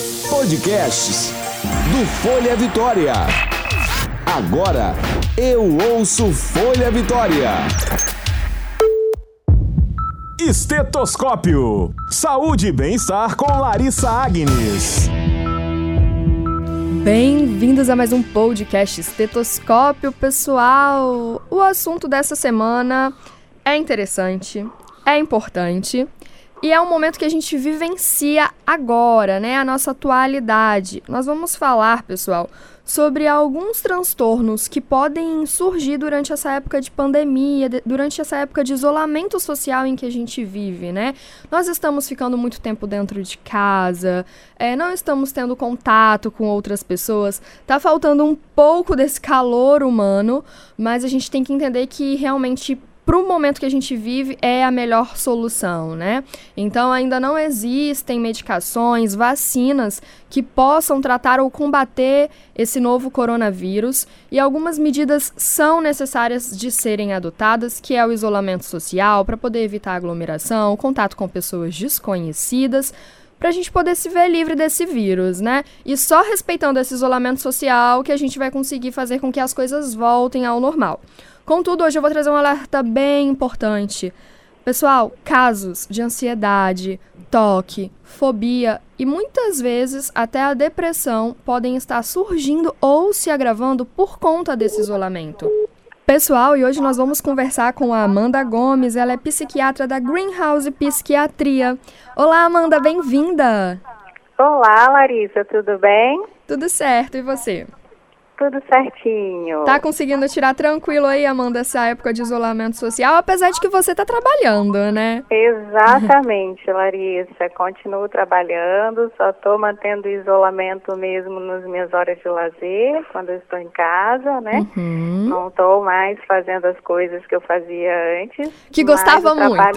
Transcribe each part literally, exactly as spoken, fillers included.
Podcasts do Folha Vitória. Agora eu ouço Folha Vitória. Estetoscópio. Saúde e bem-estar com Larissa Agnes. Bem-vindos a mais um podcast Estetoscópio, pessoal. O assunto dessa semana é interessante, é importante e é um momento que a gente vivencia agora, né? A nossa atualidade. Nós vamos falar, pessoal, sobre alguns transtornos que podem surgir durante essa época de pandemia, de, durante essa época de isolamento social em que a gente vive, né? Nós estamos ficando muito tempo dentro de casa, é, não estamos tendo contato com outras pessoas, tá faltando um pouco desse calor humano, mas a gente tem que entender que realmente, para o momento que a gente vive, é a melhor solução, né? Então, ainda não existem medicações, vacinas que possam tratar ou combater esse novo coronavírus, e algumas medidas são necessárias de serem adotadas, que é o isolamento social, para poder evitar aglomeração, contato com pessoas desconhecidas, para a gente poder se ver livre desse vírus, né? E só respeitando esse isolamento social que a gente vai conseguir fazer com que as coisas voltem ao normal. Contudo, hoje eu vou trazer um alerta bem importante. Pessoal, casos de ansiedade, toque, fobia e muitas vezes até a depressão podem estar surgindo ou se agravando por conta desse isolamento. Pessoal, e hoje nós vamos conversar com a Amanda Gomes, ela é psiquiatra da Greenhouse Psiquiatria. Olá, Amanda, bem-vinda! Olá, Larissa, tudo bem? Tudo certo, e você? Tudo certinho. Tá conseguindo tirar tranquilo aí, Amanda, essa época de isolamento social, apesar de que você tá trabalhando, né? Exatamente, Larissa. Continuo trabalhando, só tô mantendo o isolamento mesmo nas minhas horas de lazer, quando eu estou em casa, né? Uhum. Não tô mais fazendo as coisas que eu fazia antes. Que gostava muito. Trabalho...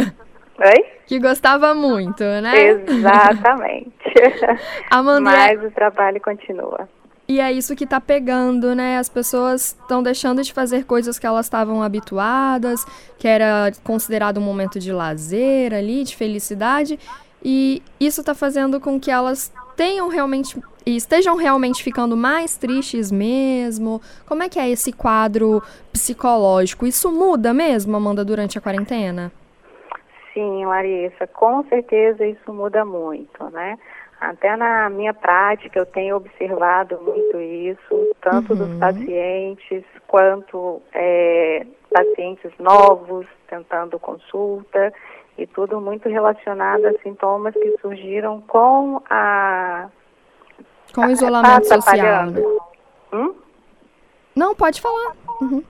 Oi? Que gostava muito, né? Exatamente. Amanda, mas o trabalho continua. E é isso que tá pegando, né? As pessoas estão deixando de fazer coisas que elas estavam habituadas, que era considerado um momento de lazer ali, de felicidade, e isso tá fazendo com que elas tenham realmente, e estejam realmente ficando mais tristes mesmo. Como é que é esse quadro psicológico? Isso muda mesmo, Amanda, durante a quarentena? Sim, Larissa, com certeza isso muda muito, né? Até na minha prática eu tenho observado muito isso, tanto uhum. dos pacientes quanto é, pacientes novos tentando consulta, e tudo muito relacionado a sintomas que surgiram com a... Com o isolamento tá social, né? Hum? Não, pode falar. Uhum.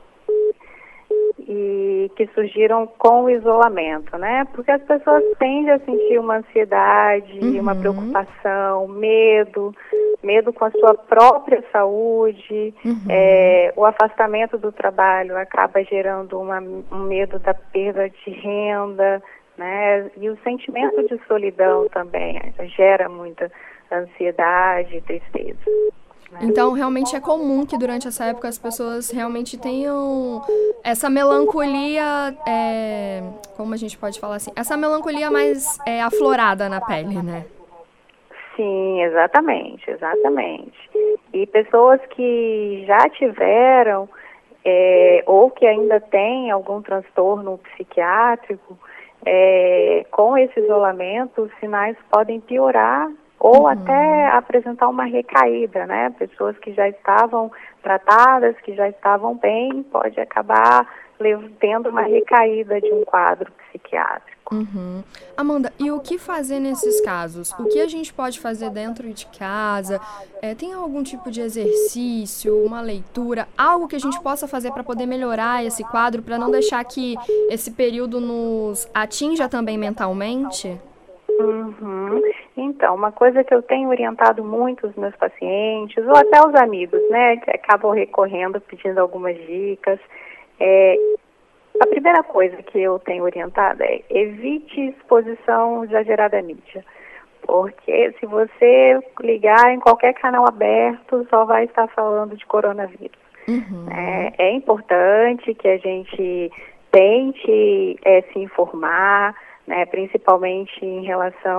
E que surgiram com o isolamento, né? Porque as pessoas tendem a sentir uma ansiedade, uhum. uma preocupação, medo, medo com a sua própria saúde, uhum. é, o afastamento do trabalho acaba gerando uma, um medo da perda de renda, né? E o sentimento de solidão também gera muita ansiedade e tristeza. Então, realmente é comum que durante essa época as pessoas realmente tenham essa melancolia, é, como a gente pode falar assim, essa melancolia mais é, aflorada na pele, né? Sim, exatamente, exatamente. E pessoas que já tiveram é, ou que ainda têm algum transtorno psiquiátrico, é, com esse isolamento, os sinais podem piorar ou uhum. até apresentar uma recaída, né? Pessoas que já estavam tratadas, que já estavam bem, pode acabar tendo uma recaída de um quadro psiquiátrico. Uhum. Amanda, e o que fazer nesses casos? O que a gente pode fazer dentro de casa? É, tem algum tipo de exercício, uma leitura, algo que a gente possa fazer para poder melhorar esse quadro, para não deixar que esse período nos atinja também mentalmente? Uhum. Então, uma coisa que eu tenho orientado muito os meus pacientes, ou até os amigos, né, que acabam recorrendo, pedindo algumas dicas, é, a primeira coisa que eu tenho orientado é evite exposição exagerada à mídia, porque se você ligar em qualquer canal aberto, só vai estar falando de coronavírus. Uhum. É, é importante que a gente tente é, se informar, né, principalmente em relação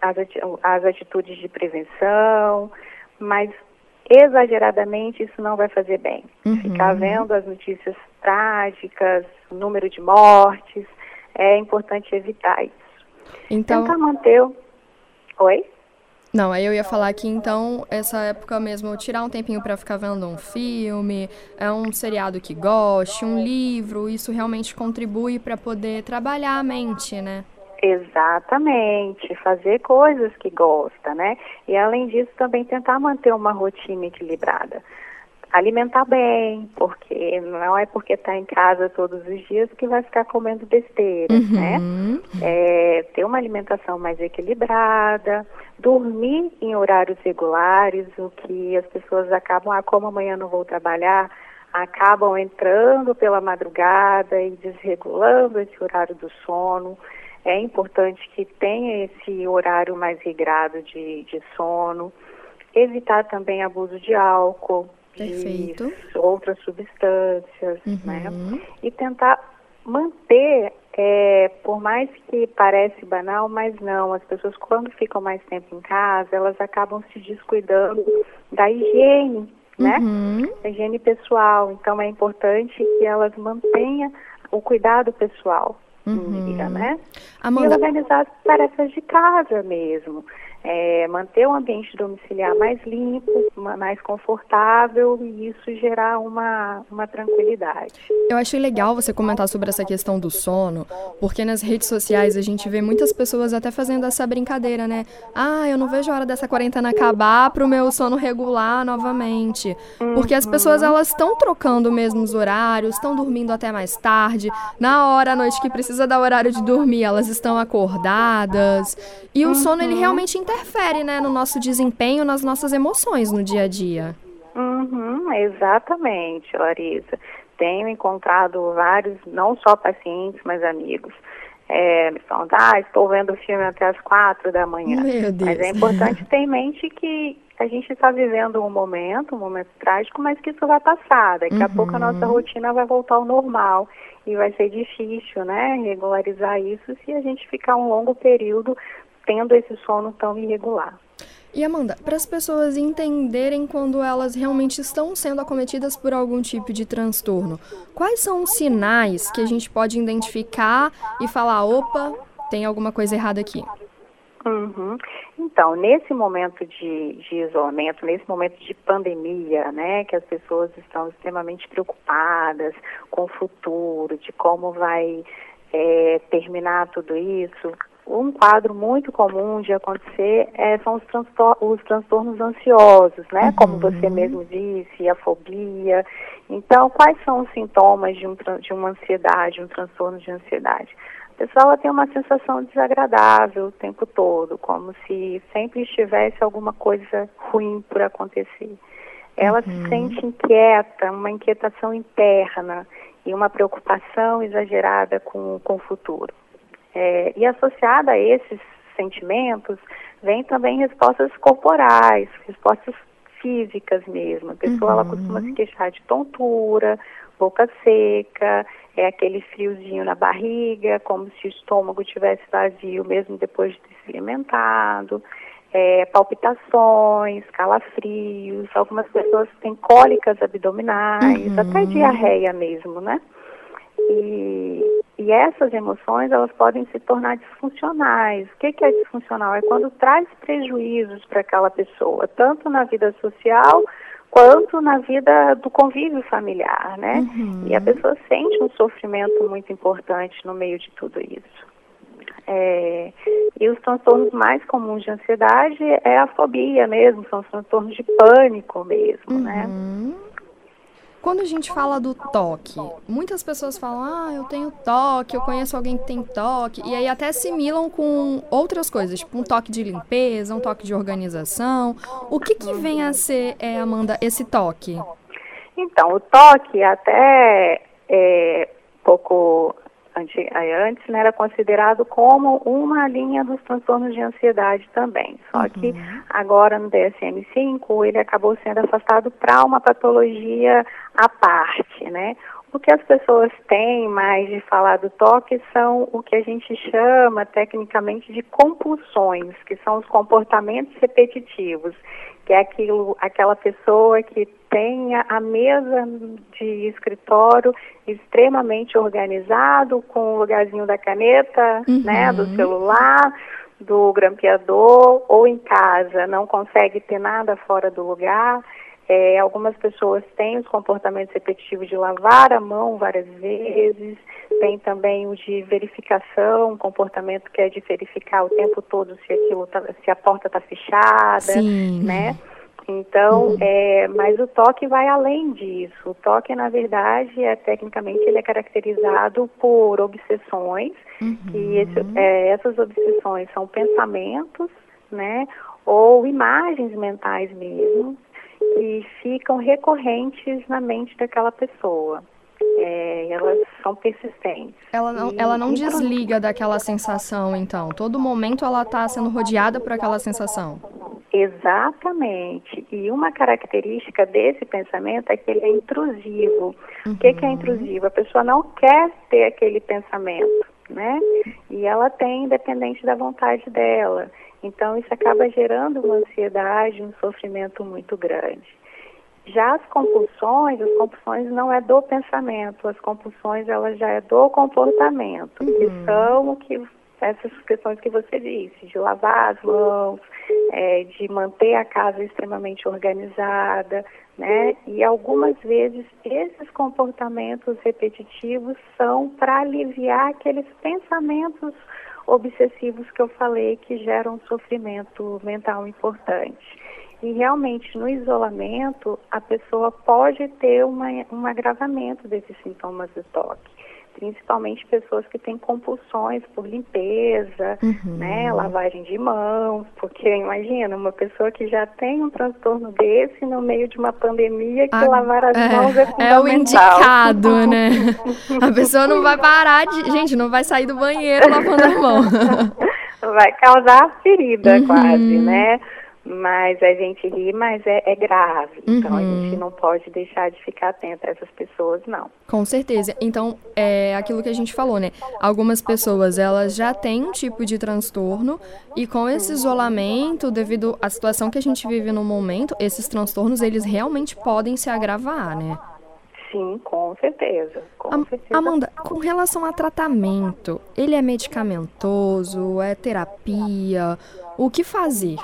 as, as atitudes de prevenção, mas exageradamente isso não vai fazer bem. Uhum. Ficar vendo as notícias trágicas, o número de mortes, é importante evitar isso. Então, tentar manter o... Oi? Não, aí eu ia falar que então, essa época mesmo, tirar um tempinho para ficar vendo um filme, é um seriado que goste, um livro, isso realmente contribui para poder trabalhar a mente, né? Exatamente, fazer coisas que gosta, né? E além disso, também tentar manter uma rotina equilibrada. Alimentar bem, porque não é porque está em casa todos os dias que vai ficar comendo besteira, uhum. né? É, ter uma alimentação mais equilibrada, dormir em horários regulares, o que as pessoas acabam, ah, como amanhã não vou trabalhar, acabam entrando pela madrugada e desregulando esse horário do sono. É importante que tenha esse horário mais regrado de, de sono. Evitar também abuso de álcool, Perfeito. de outras substâncias, uhum. né? E tentar manter, é, por mais que parece banal, mas não, as pessoas quando ficam mais tempo em casa, elas acabam se descuidando da higiene, né? Uhum. Da higiene pessoal. Então é importante que elas mantenham o cuidado pessoal, uhum. em dia, né? Amanda... E organizar as tarefas de casa mesmo. É, manter o ambiente domiciliar mais limpo, mais confortável e isso gerar uma, uma tranquilidade. Eu achei legal você comentar sobre essa questão do sono, porque nas redes sociais a gente vê muitas pessoas até fazendo essa brincadeira, né? Ah, eu não vejo a hora dessa quarentena acabar para o meu sono regular novamente. Porque as pessoas, elas estão trocando mesmo os horários, estão dormindo até mais tarde. Na hora à noite que precisa dar horário de dormir, elas estão acordadas. E o sono, ele realmente interfere, né, no nosso desempenho, nas nossas emoções no dia a dia. Uhum, exatamente, Larissa. Tenho encontrado vários, não só pacientes, mas amigos, é, me falam, ah, estou vendo o filme até as quatro da manhã. Meu Deus. Mas é importante ter em mente que a gente está vivendo um momento, um momento trágico, mas que isso vai passar. Daqui uhum. a pouco a nossa rotina vai voltar ao normal e vai ser difícil, né, regularizar isso se a gente ficar um longo período tendo esse sono tão irregular. E Amanda, para as pessoas entenderem quando elas realmente estão sendo acometidas por algum tipo de transtorno, quais são os sinais que a gente pode identificar e falar, opa, tem alguma coisa errada aqui? Uhum. Então, nesse momento de, de isolamento, nesse momento de pandemia, né, que as pessoas estão extremamente preocupadas com o futuro, de como vai é, terminar tudo isso, um quadro muito comum de acontecer é, são os, transtor- os transtornos ansiosos, né? Uhum. Como você mesmo disse, a fobia. Então, quais são os sintomas de, um, de uma ansiedade, um transtorno de ansiedade? A pessoa ela tem uma sensação desagradável o tempo todo, como se sempre estivesse alguma coisa ruim por acontecer. Ela uhum. se sente inquieta, uma inquietação interna e uma preocupação exagerada com, com o futuro. É, e associada a esses sentimentos, vem também respostas corporais, respostas físicas mesmo. A pessoa uhum. ela costuma se queixar de tontura, boca seca, é aquele friozinho na barriga, como se o estômago estivesse vazio mesmo depois de ter se alimentado, é, palpitações, calafrios, algumas pessoas têm cólicas abdominais, uhum. até diarreia mesmo, né? E, e essas emoções, elas podem se tornar disfuncionais. O que, que é disfuncional? É quando traz prejuízos para aquela pessoa, tanto na vida social, quanto na vida do convívio familiar, né? Uhum. E a pessoa sente um sofrimento muito importante no meio de tudo isso. É, e os transtornos mais comuns de ansiedade é a fobia mesmo, são os transtornos de pânico mesmo, uhum. né? Quando a gente fala do toque, muitas pessoas falam, ah, eu tenho toque, eu conheço alguém que tem toque, e aí até assimilam com outras coisas, tipo um toque de limpeza, um toque de organização. O que que vem a ser, é, Amanda, esse toque? Então, o toque até é, pouco antes, antes né, era considerado como uma linha dos transtornos de ansiedade também. Só uhum. que agora no D S M cinco ele acabou sendo afastado para uma patologia à parte, né? O que as pessoas têm mais de falar do toque são o que a gente chama tecnicamente de compulsões, que são os comportamentos repetitivos, que é aquilo, aquela pessoa que tem a mesa de escritório extremamente organizado, com o lugarzinho da caneta, uhum. né, do celular, do grampeador, ou em casa, não consegue ter nada fora do lugar. É, algumas pessoas têm os comportamentos repetitivos de lavar a mão várias vezes, tem também o de verificação, um comportamento que é de verificar o tempo todo se, aquilo tá, se a porta está fechada, Sim. né? Então, uhum. é, mas o toque vai além disso. O toque, na verdade, é tecnicamente ele é caracterizado por obsessões, uhum. que esse, é, essas obsessões são pensamentos, né? Ou imagens mentais mesmo, que ficam recorrentes na mente daquela pessoa. É, elas são persistentes. Ela não, e, ela não e desliga daquela sensação, então. Todo momento ela está sendo rodeada por aquela sensação. Exatamente. E uma característica desse pensamento é que ele é intrusivo. Uhum. O que, que é intrusivo? A pessoa não quer ter aquele pensamento, né? E ela tem, independente da vontade dela. Então, isso acaba gerando uma ansiedade, um sofrimento muito grande. Já as compulsões, as compulsões não é do pensamento, as compulsões, elas já é do comportamento, uhum. que são o que, essas questões que você disse, de lavar as mãos, é, de manter a casa extremamente organizada, né? E algumas vezes esses comportamentos repetitivos são para aliviar aqueles pensamentos obsessivos que eu falei que geram um sofrimento mental importante. E realmente no isolamento a pessoa pode ter uma, um agravamento desses sintomas do toque, principalmente pessoas que têm compulsões por limpeza, uhum. né, lavagem de mãos, porque imagina uma pessoa que já tem um transtorno desse no meio de uma pandemia que a, lavar as é, mãos é fundamental. É o indicado, né? A pessoa não vai parar de... Gente, não vai sair do banheiro lavando a mão. Vai causar ferida uhum. quase, né? Mas a gente ri, mas é, é grave. Uhum. Então, a gente não pode deixar de ficar atento a essas pessoas, não. Com certeza. Então, é aquilo que a gente falou, né? Algumas pessoas, elas já têm um tipo de transtorno e com esse uhum. isolamento, devido à situação que a gente vive no momento, esses transtornos, eles realmente podem se agravar, né? Sim, com certeza. Com Am- certeza. Amanda, com relação a tratamento, ele é medicamentoso, é terapia? O que fazer?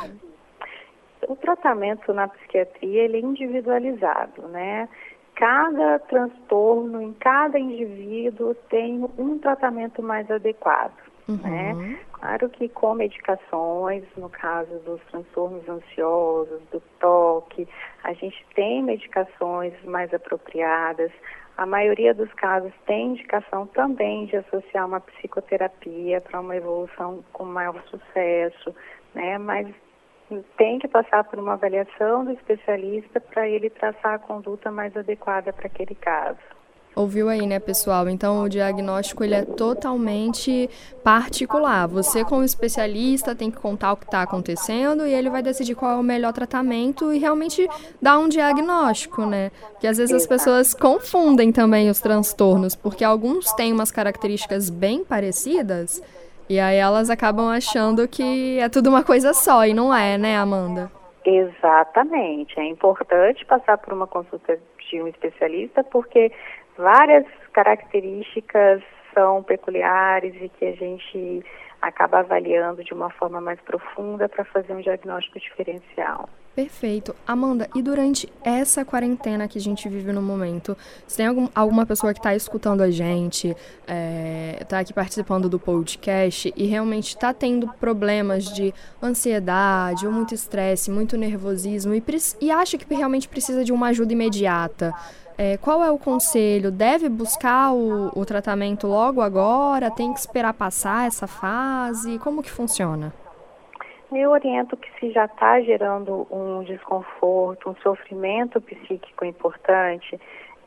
O tratamento na psiquiatria, ele é individualizado, né? Cada transtorno, em cada indivíduo, tem um tratamento mais adequado, uhum. né? Claro que com medicações, no caso dos transtornos ansiosos, do toque, a gente tem medicações mais apropriadas. A maioria dos casos tem indicação também de associar uma psicoterapia para uma evolução com maior sucesso, né? Mas tem que passar por uma avaliação do especialista para ele traçar a conduta mais adequada para aquele caso. Ouviu aí, né, pessoal? Então, o diagnóstico ele é totalmente particular. Você, como especialista, tem que contar o que está acontecendo e ele vai decidir qual é o melhor tratamento e realmente dar um diagnóstico, né? Porque às vezes Exato. As pessoas confundem também os transtornos, porque alguns têm umas características bem parecidas. E aí elas acabam achando que é tudo uma coisa só, e não é, né, Amanda? Exatamente. É importante passar por uma consulta de um especialista, porque várias características são peculiares e que a gente acaba avaliando de uma forma mais profunda para fazer um diagnóstico diferencial. Perfeito. Amanda, e durante essa quarentena que a gente vive no momento, se tem algum, alguma pessoa que está escutando a gente, está é, aqui participando do podcast e realmente está tendo problemas de ansiedade ou muito estresse, muito nervosismo e, e acha que realmente precisa de uma ajuda imediata, é, qual é o conselho? Deve buscar o, o tratamento logo agora? Tem que esperar passar essa fase? Como que funciona? Eu oriento que se já está gerando um desconforto, um sofrimento psíquico importante,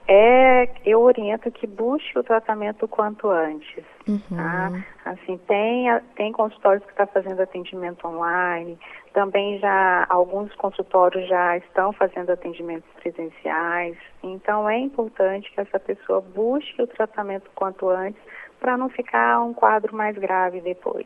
é, eu oriento que busque o tratamento o quanto antes. Uhum. Tá? Assim, tem, tem consultórios que estão fazendo atendimento online, também já alguns consultórios já estão fazendo atendimentos presenciais, então é importante que essa pessoa busque o tratamento o quanto antes para não ficar um quadro mais grave depois.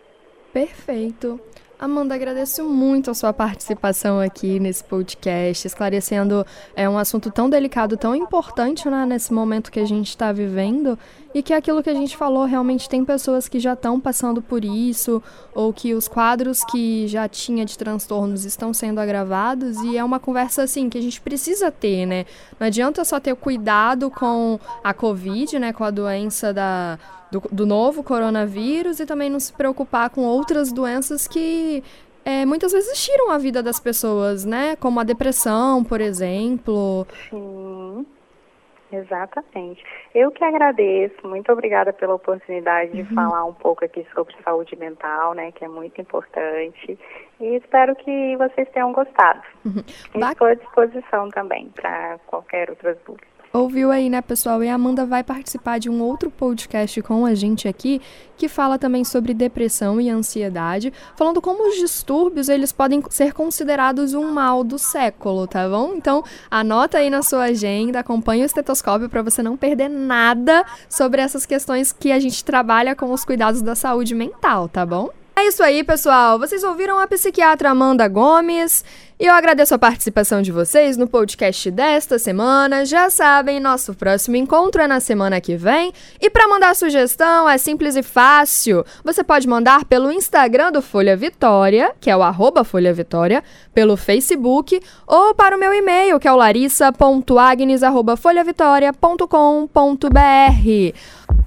Perfeito. Amanda, agradeço muito a sua participação aqui nesse podcast, esclarecendo é, um assunto tão delicado, tão importante, né, nesse momento que a gente está vivendo, e que aquilo que a gente falou, realmente tem pessoas que já estão passando por isso, ou que os quadros que já tinha de transtornos estão sendo agravados, e é uma conversa, assim, que a gente precisa ter, né? Não adianta só ter cuidado com a Covid, né, com a doença da... Do, do novo coronavírus e também não se preocupar com outras doenças que é, muitas vezes tiram a vida das pessoas, né? Como a depressão, por exemplo. Sim, exatamente. Eu que agradeço, muito obrigada pela oportunidade de Uhum. falar um pouco aqui sobre saúde mental, né? Que é muito importante. E espero que vocês tenham gostado. Uhum. Estou à disposição também para qualquer outra dúvida. Ouviu aí, né, pessoal? E a Amanda vai participar de um outro podcast com a gente aqui, que fala também sobre depressão e ansiedade, falando como os distúrbios, eles podem ser considerados um mal do século, tá bom? Então, anota aí na sua agenda, acompanha o Estetoscópio para você não perder nada sobre essas questões que a gente trabalha com os cuidados da saúde mental, tá bom? É isso aí, pessoal. Vocês ouviram a psiquiatra Amanda Gomes e eu agradeço a participação de vocês no podcast desta semana. Já sabem, nosso próximo encontro é na semana que vem. E para mandar sugestão é simples e fácil. Você pode mandar pelo Instagram do Folha Vitória, que é o arroba Folha Vitória, pelo Facebook ou para o meu e-mail, que é o larissa ponto agnes arroba folha vitória ponto com ponto b r.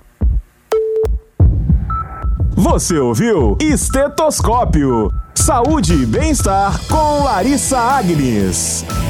Você ouviu Estetoscópio. Saúde e bem-estar com Larissa Agnes.